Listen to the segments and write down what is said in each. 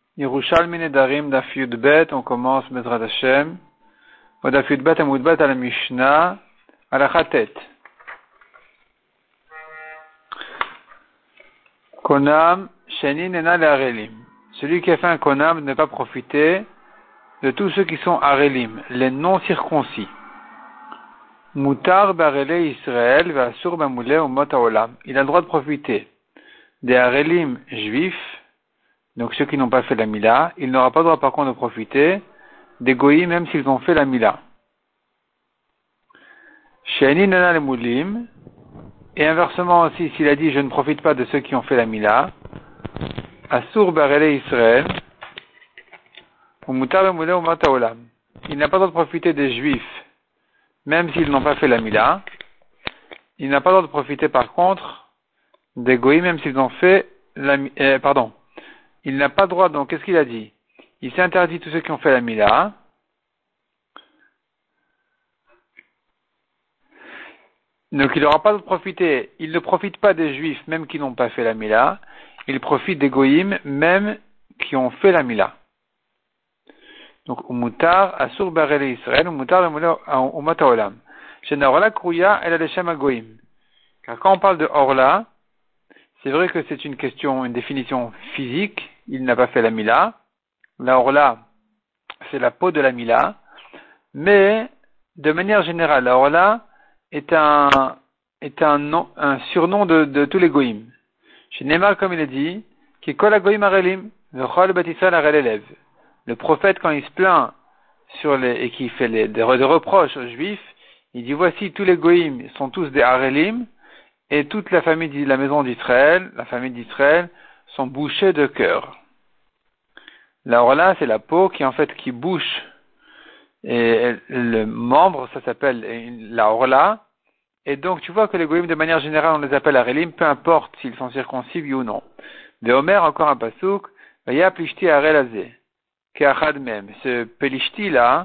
Yerushalmi Nedarim Daf Yud Bet, on commence Bezrat Hashem. Au Daf Yud Bet Amud Bet à la Mishnah, à la Chatet. Konam Sheni Nena le Arelim. Celui qui a fait un Konam ne peut pas profiter de tous ceux qui sont Arelim, les non circoncis. Mutar Barele Israël Vasur Bamoule Umot Haolam. Il a le droit de profiter des Arelim juifs, donc ceux qui n'ont pas fait la Mila. Il n'aura pas le droit par contre de profiter des Goïs même s'ils ont fait la Mila. Sheni Nena le Moulim. Et inversement aussi, s'il a dit je ne profite pas de ceux qui ont fait la Mila, Asur Barele Israël ou Mutar Bamoule Umot Haolam. Il n'a pas le droit de profiter des Juifs même s'ils n'ont pas fait la Mila. Il n'a pas le droit de profiter par contre des Goïs même s'ils ont fait la il n'a pas le droit, donc qu'est-ce qu'il a dit? Il s'est interdit tous ceux qui ont fait la Mila. Donc il n'aura pas le droit de profiter, il ne profite pas des Juifs même qui n'ont pas fait la Mila, il profite des Goïm même qui ont fait la Mila. Donc Umutar, Asur Barele Israël, Umutar Umot Haolam. Shena Orla Krouya, elle a les Shem Goïm. Car quand on parle de Orla, c'est vrai que c'est une question, une définition physique. Il n'a pas fait la Mila. La Orla, c'est la peau de la Mila. Mais, de manière générale, la Orla est un surnom de tous les Goïm. Chez Neymar, comme il a dit, qui kol Goïm arelim, v'chol bat Israël arel. Le prophète, quand il se plaint et qui fait des reproches aux Juifs, il dit voici tous les Goïm sont tous des arelim. Et toute la famille de la maison d'Israël, la famille d'Israël, sont bouchées de cœur. La orla, c'est la peau qui bouche. Et le membre, ça s'appelle la orla. Et donc, tu vois que les goïms, de manière générale, on les appelle arelim, peu importe s'ils sont circoncis, oui ou non. De Omer, encore un pasouk, Vaya plishti arelazé, keachad mem. Ce pelishti-là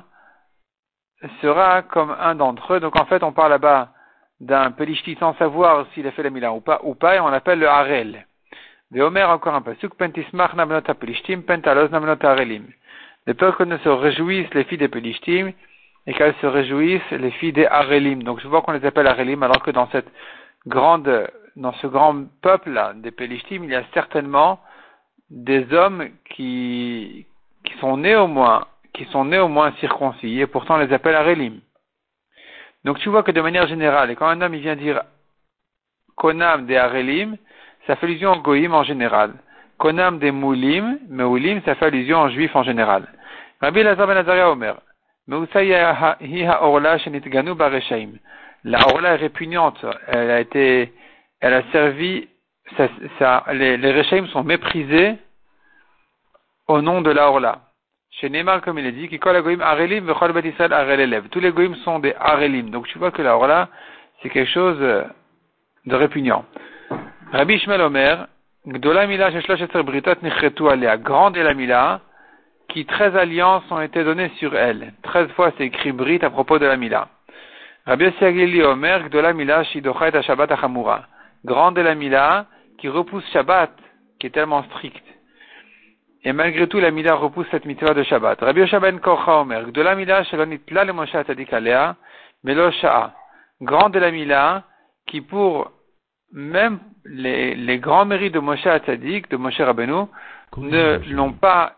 sera comme un d'entre eux. Donc, en fait, on parle là-bas d'un pelishti sans savoir s'il a fait la Mila ou pas, et on l'appelle le Harel. De Omer, encore un pasuk, pentismach namnot ha-pelishtim, pentalos namnot ha-harelim. De peur que ne se réjouissent les filles des pelishtim, et qu'elles se réjouissent les filles des Harelim. Donc je vois qu'on les appelle Harelim, alors que dans ce grand peuple-là, des pelishtim, il y a certainement des hommes qui sont nés au moins circoncis, et pourtant on les appelle Harelim. Donc tu vois que de manière générale, et quand un homme il vient dire Konam des Harelim, ça fait allusion aux Goïm en général. Konam des Moulim, ça fait allusion aux Juifs en général. Rabbi Elazar ben Azaria Omer, hi orla shenitganu bareshaim. La orla est répugnante, elle a servi, les Reshaim sont méprisés au nom de la orla. Chez Neymar, comme il est dit, tous les goïms sont des arelim. Donc tu vois que la orla, c'est quelque chose de répugnant. Rabbi Ishmael Omer, Gdola Mila Sheshlosh Britot Nichretu Alea, grande est la Mila, qui 13 alliances ont été données sur elle. 13 fois c'est écrit Brit à propos de la Mila. Rabbi Yossi Aglili Omer, Gdola Mila Shidochet Shabbat Achamura, grande est la Mila, qui repousse Shabbat, qui est tellement stricte. Et malgré tout, la Mila repousse cette mitzvah de Shabbat. Rabbi Yosha ben Korcha Omer, de la Mila shelo nitla le Moshe Tzadik alea, melo sha'a. Grande est la Mila, qui pour même les grands mérites de Moshe Tzadik, de Moshe Rabbeinu, ne l'ont pas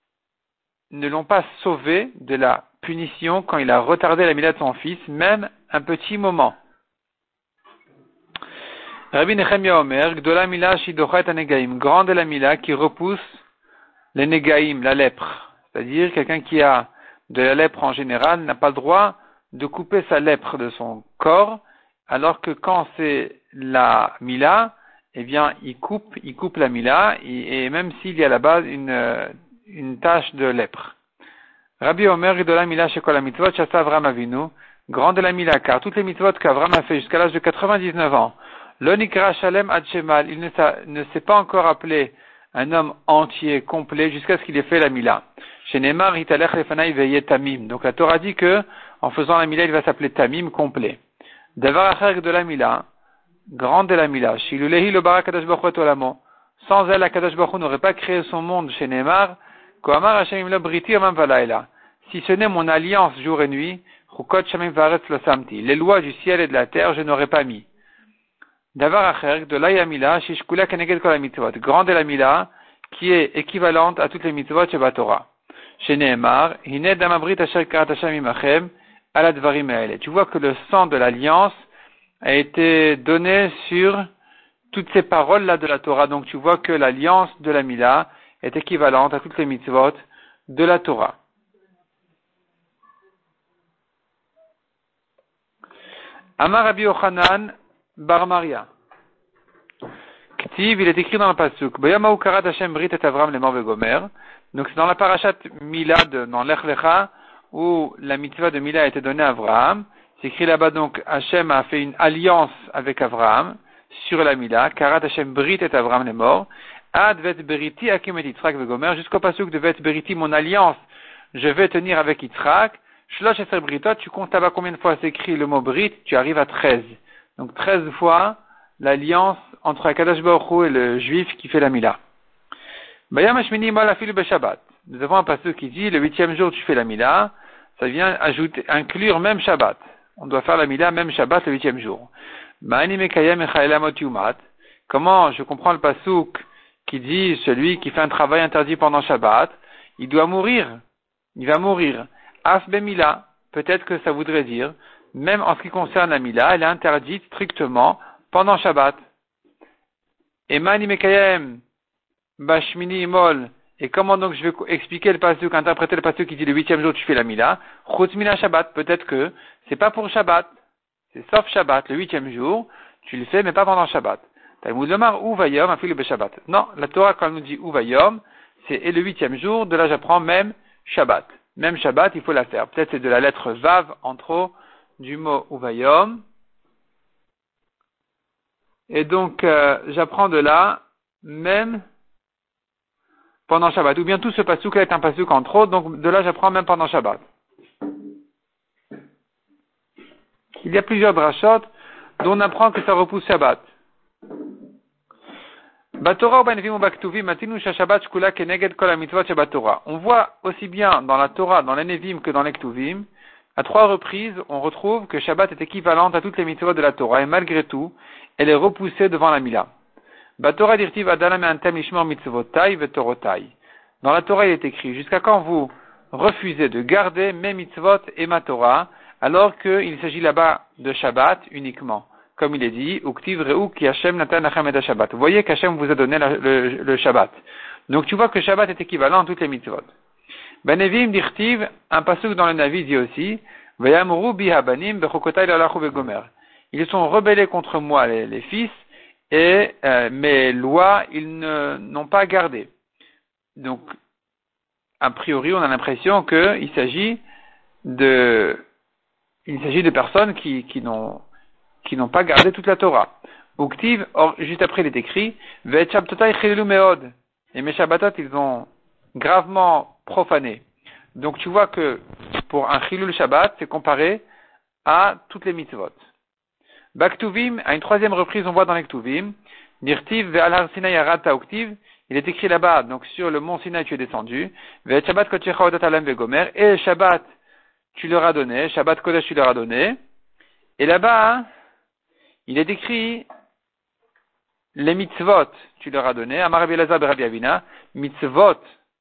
sauvé de la punition quand il a retardé la Mila de son fils, même un petit moment. Rabbi Nechemia Omer, de la Mila shidochet hanegaim. Grande est la Mila, qui repousse les négaïm, la lèpre, c'est-à-dire quelqu'un qui a de la lèpre en général n'a pas le droit de couper sa lèpre de son corps, alors que quand c'est la Mila, eh bien il coupe la Mila, et même s'il y a là-bas une tache de lèpre. Rabbi Omer de la Mila shekol mitzvot shasa Avram Avinu, grande est la Mila, car toutes les mitzvot qu'Avram a fait jusqu'à l'âge de 99 ans, lo nikra shalem ad shemal, il ne s'est pas encore appelé un homme entier, complet, jusqu'à ce qu'il ait fait la Mila. Chez Neymar, Hitalech Lefanai Veye Tamim. Donc la Torah dit que, en faisant la Mila, il va s'appeler Tamim, complet. Davar Acher de la Mila, grande de la Mila. Shilulehi le Barak Kadosh Baruch Hu Olamo. Sans elle, la Kadosh Baruch Hu n'aurait pas créé son monde chez Neymar. Kohamar Hashem lo briti omam valayla. Si ce n'est mon alliance jour et nuit, chukot shamim varetz lo samti. Les lois du ciel et de la terre, je n'aurais pas mis. Davar acher, de l'ayamila, shishkula keneged kol mitzvot. Grande est la mila, qui est équivalente à toutes les mitzvot chez Batora. Chez Nehemar, hine damabrit asher karat Hashem imachem, ala dvarim haele. Tu vois que le sang de l'alliance a été donné sur toutes ces paroles-là de la Torah. Donc tu vois que l'alliance de la mila est équivalente à toutes les mitzvot de la Torah. Amar Rabbi Yochanan Bar Maria. Ktiv, il est écrit dans le pasuk. Bayamahu karat Hashem brit et Avram lemor vegomer. Donc c'est dans la parashat Mila dans Lech Lecha où la mitzvah de Mila a été donnée à Avraham. C'est écrit là-bas donc Hashem a fait une alliance avec Avraham sur la Mila. Karat Hashem brit et Avram lemor. Ad vet beriti akim et Yitzhak vegomer. Jusqu'au pasuk de vet beriti, mon alliance, je vais tenir avec Yitzhak. Shlosh eser britot, tu comptes là-bas combien de fois s'écrit le mot brit, tu arrives à 13. Donc 13 fois l'alliance entre Akadosh Baruch Hu et le juif qui fait la Mila. Bayam Hashmini Mal Afilu Beshabbat. Nous avons un passage qui dit le 8e jour tu fais la Mila, ça vient inclure même Shabbat. On doit faire la Mila même Shabbat le 8e jour. Ma'ani Mekayem Echaelamot Yumat. Comment je comprends le pasuk qui dit celui qui fait un travail interdit pendant Shabbat, il doit mourir. Il va mourir. Af Mila, peut-être que ça voudrait dire, même en ce qui concerne la Mila, elle est interdite strictement pendant Shabbat. Et Mani Mekayem Bashmini Imol. Et comment donc je vais expliquer le pasuk, interpréter le pasuk qui dit le 8e jour tu fais la Mila, Chutz Mina Shabbat, peut-être que c'est pas pour Shabbat, c'est sauf Shabbat, le 8e jour, tu le fais mais pas pendant Shabbat. Talmud Lomar Uvayom Afilu Beshabbat. Non, la Torah quand elle nous dit Uvayom, c'est et le 8e jour, de là j'apprends même Shabbat. Même Shabbat, il faut la faire. Peut-être c'est de la lettre Vav en trop du mot Uvayom. Et donc, j'apprends de là, même pendant Shabbat. Ou bien tout ce pasuk là est un pasuk en trop, donc de là j'apprends même pendant Shabbat. Il y a plusieurs drashot dont on apprend que ça repousse Shabbat. On voit aussi bien dans la Torah, dans les Nevim que dans les Ktuvim, à 3 reprises, on retrouve que Shabbat est équivalente à toutes les mitzvot de la Torah, et malgré tout, elle est repoussée devant la Mila. Dans la Torah, il est écrit, jusqu'à quand vous refusez de garder mes mitzvot et ma Torah, alors qu'il s'agit là-bas de Shabbat uniquement. Comme il est dit, Uktiv Reu ki Hashem natan lachem et Shabbat. Vous voyez qu'Hashem vous a donné le Shabbat. Donc tu vois que Shabbat est équivalent à toutes les mitzvot. Benevim dirtiv, un pasuk dans le Navi dit aussi, Vayamuru bi habanim bechokotai lalachu vegomer. Ils sont rebellés contre moi, les fils, et mes lois, ils n'ont pas gardé. Donc, a priori, on a l'impression qu'il s'agit de personnes qui n'ont pas gardé toute la Torah. Uktiv, or, juste après il est écrit, Ve'et shabtotai chilelu meod. Et mes Shabbatot, ils ont gravement profané. Donc tu vois que pour un chilul Shabbat, c'est comparé à toutes les mitzvot. Baktuvim, à une 3e reprise, on voit dans les Ktuvim, Nirtiv ve'al har Sinai arata uktiv, il est écrit là-bas, donc sur le mont Sinaï tu es descendu, Ve'et Shabbat kodeshecha odat alam vegomer, et Shabbat tu leur as donné, Shabbat Kodesh tu leur as donné, et là-bas, il est écrit les mitzvot, tu leur as donné, Amar Rabbi Elazar Rabbi Avina, mitzvot,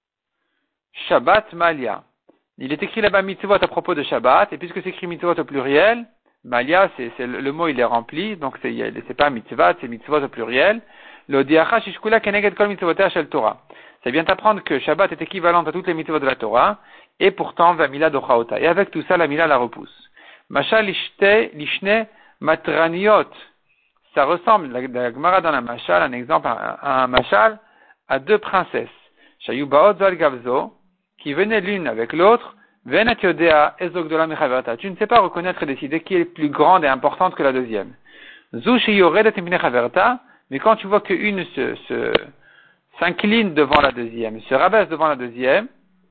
Shabbat Malia. Il est écrit là-bas mitzvot à propos de Shabbat, et puisque c'est écrit mitzvot au pluriel, Malia, c'est le mot il est rempli, donc c'est pas mitzvot, c'est mitzvot au pluriel. Le diacha shishkula keneged kol mitzvotea shel Torah. Ça vient t'apprendre que Shabbat est équivalent à toutes les mitzvot de la Torah, et pourtant va mila dochaota. Et avec tout ça, la mila la repousse. Mashal lishne matraniot. Ça ressemble, la Gemara dans la Mashal, un exemple, un Mashal, à 2 princesses. Shayu baot zal gavzo, qui venaient l'une avec l'autre, venat yodea ezogdola mechaverta. Tu ne sais pas reconnaître et décider qui est plus grande et importante que la deuxième. Zu sheyoredet mechaverta, mais quand tu vois qu'une s'incline devant la deuxième, se rabaisse devant la deuxième,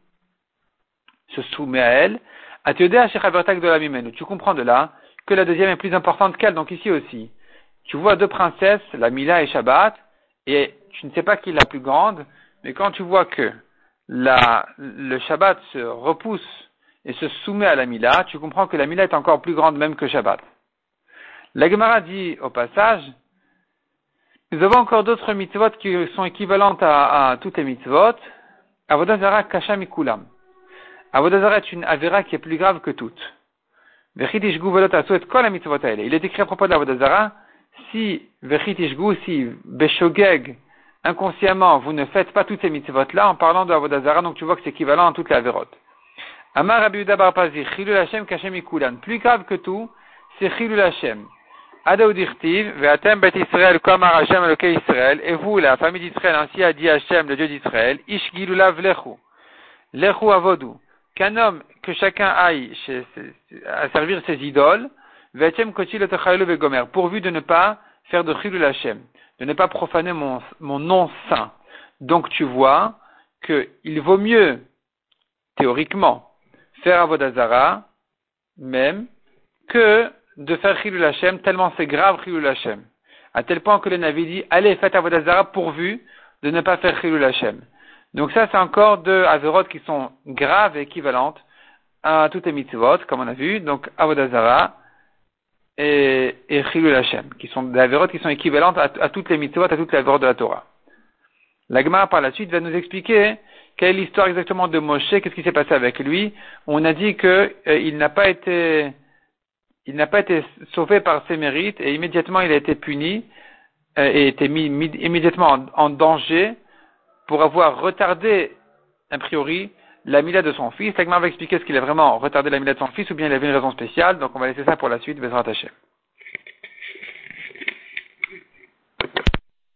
se soumet à elle, atiyodea shechaverta gdola mimenu. Tu comprends de là que la deuxième est plus importante qu'elle, donc ici aussi. Tu vois 2 princesses, la Mila et Shabbat, et tu ne sais pas qui est la plus grande, mais quand tu vois que le Shabbat se repousse et se soumet à la Mila, tu comprends que la Mila est encore plus grande même que Shabbat. La Gemara dit au passage, nous avons encore d'autres mitzvot qui sont équivalentes à toutes les mitzvot. Avodah Zara kasha mikulam. Avodah Zara est une avera qui est plus grave que toutes. Il est écrit à propos de l'Avodah Zara, si Beshogeg, inconsciemment, vous ne faites pas toutes ces mitzvot-là, en parlant de l'Avodah Zara, donc tu vois que c'est équivalent à toutes les avérotes. Amar Rabbi Yehuda bar Pazi, Chilul Hashem kashem mikulan. Plus grave que tout, c'est Chilul Hashem. Adaou dirtiv, ve'atem bet Israël, kamar Hashem elokei Israël, et vous, la famille d'Israël, ainsi a dit Hashem, le Dieu d'Israël, ish gilulav lechu, lechu avodu. Qu'un homme, que chacun aille à servir ses idoles, pourvu de ne pas faire de Chilul Hashem, de ne pas profaner mon nom saint. Donc tu vois qu'il vaut mieux, théoriquement, faire Avodah Zara, même, que de faire Chilul Hashem, tellement c'est grave Chilul Hashem. À tel point que le Navi dit, allez, faites Avodah Zara pourvu de ne pas faire Chilul Hashem. Donc ça, c'est encore deux avérotes qui sont graves et équivalentes à toutes les mitzvot, comme on a vu. Donc, Avodah Zara et Chilul Hashem, qui sont des avérotes qui sont équivalentes à toutes les mitzvot, à toutes les avérotes de la Torah. La Gemara, par la suite, va nous expliquer quelle est l'histoire exactement de Moshe, qu'est-ce qui s'est passé avec lui. On a dit que il n'a pas été sauvé par ses mérites et immédiatement il a été puni et été mis immédiatement en danger pour avoir retardé, a priori, la mila de son fils. La Gemara va expliquer ce qu'il a vraiment retardé la mila de son fils ou bien il avait une raison spéciale. Donc on va laisser ça pour la suite. Bezrat Hashem.